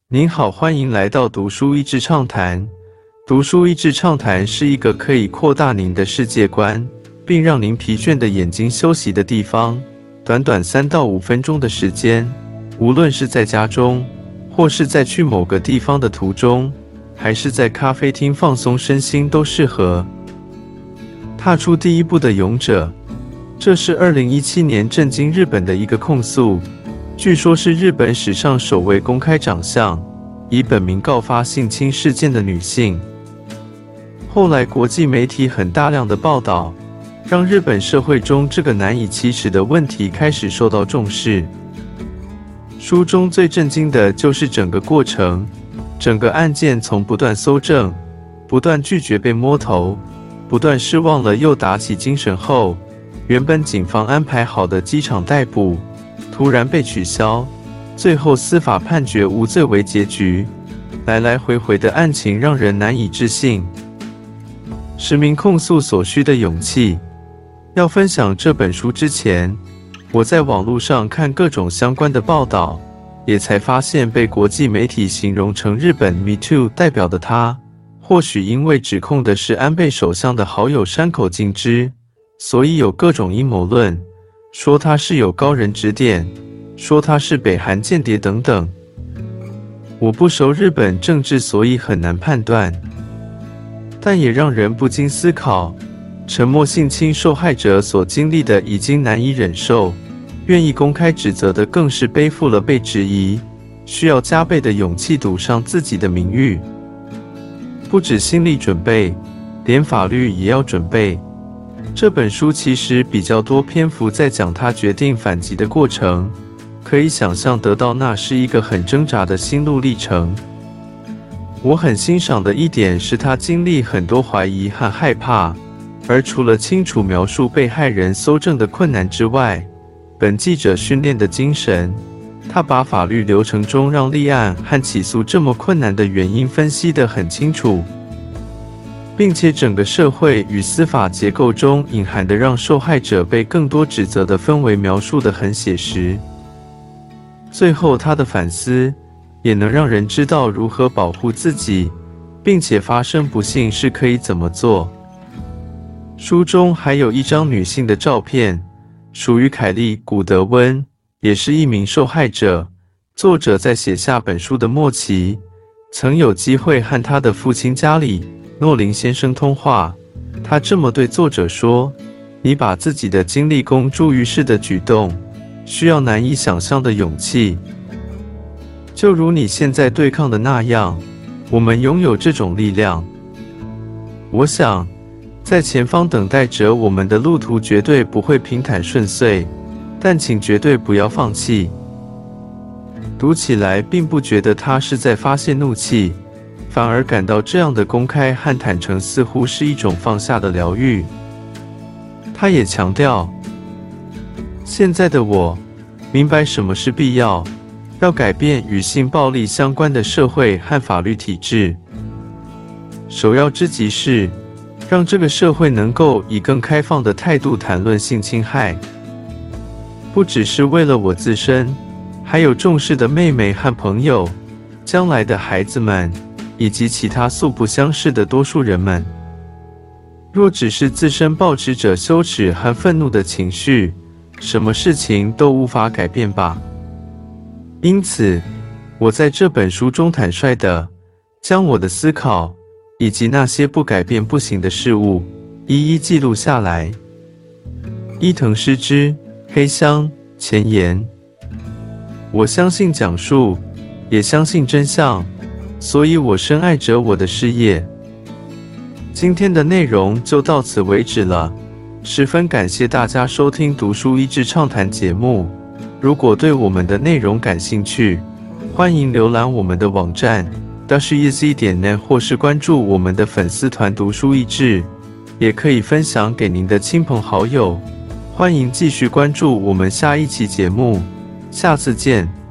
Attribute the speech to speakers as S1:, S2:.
S1: 您好，欢迎来到读书益智畅谈。读书益智畅谈是一个可以扩大您的世界观，并让您疲倦的眼睛休息的地方。短短3到5分钟的时间，无论是在家中，或是在去某个地方的途中，还是在咖啡厅放松身心都适合。踏出第一步的勇者，这是2017年震惊日本的一个控诉。据说是日本史上首位公开长相，以本名告发性侵事件的女性。后来国际媒体很大量的报道，让日本社会中这个难以启齿的问题开始受到重视。书中最震惊的就是整个过程，整个案件从不断搜证、不断拒绝被摸头、不断失望了又打起精神后，原本警方安排好的机场逮捕突然被取消，最后司法判决无罪为结局。来来回回的案情让人难以置信。实名控诉所需的勇气。要分享这本书之前，我在网络上看各种相关的报道，也才发现被国际媒体形容成日本 Me Too 代表的他，或许因为指控的是安倍首相的好友山口敬之，所以有各种阴谋论，说他是有高人指点，说他是北韩间谍等等。我不熟日本政治，所以很难判断，但也让人不禁思考，沉默性侵受害者所经历的已经难以忍受，愿意公开指责的更是背负了被质疑，需要加倍的勇气赌上自己的名誉。不止心理准备，连法律也要准备。这本书其实比较多篇幅在讲他决定反击的过程，可以想象得到那是一个很挣扎的心路历程。我很欣赏的一点是他经历很多怀疑和害怕，而除了清楚描述被害人搜证的困难之外，本记者训练的精神，他把法律流程中让立案和起诉这么困难的原因分析得很清楚，并且整个社会与司法结构中隐含的让受害者被更多指责的氛围描述得很写实。最后他的反思也能让人知道如何保护自己，并且发生不幸是可以怎么做。书中还有一张女性的照片，属于凯莉·古德温，也是一名受害者。作者在写下本书的末期，曾有机会和他的父亲加里·诺林先生通话，他这么对作者说：你把自己的经历公诸于世的举动，需要难以想象的勇气。就如你现在对抗的那样，我们拥有这种力量。我想，在前方等待着我们的路途绝对不会平坦顺遂，但请绝对不要放弃。读起来并不觉得他是在发泄怒气，反而感到这样的公开和坦诚似乎是一种放下的疗愈。他也强调，现在的我明白什么是必要改变与性暴力相关的社会和法律体制。首要之急是让这个社会能够以更开放的态度谈论性侵害，不只是为了我自身，还有重视的妹妹和朋友，将来的孩子们，以及其他素不相识的多数人们。若只是自身抱持着羞耻和愤怒的情绪，什么事情都无法改变吧。因此，我在这本书中坦率地将我的思考以及那些不改变不行的事物一一记录下来。伊藤诗织，黑箱前言。我相信讲述，也相信真相，所以我深爱着我的事业。今天的内容就到此为止了，十分感谢大家收听读书益智畅谈节目。如果对我们的内容感兴趣，欢迎浏览我们的网站 dashiez.net 或是关注我们的粉丝团读书益智，也可以分享给您的亲朋好友。欢迎继续关注我们下一期节目，下次见。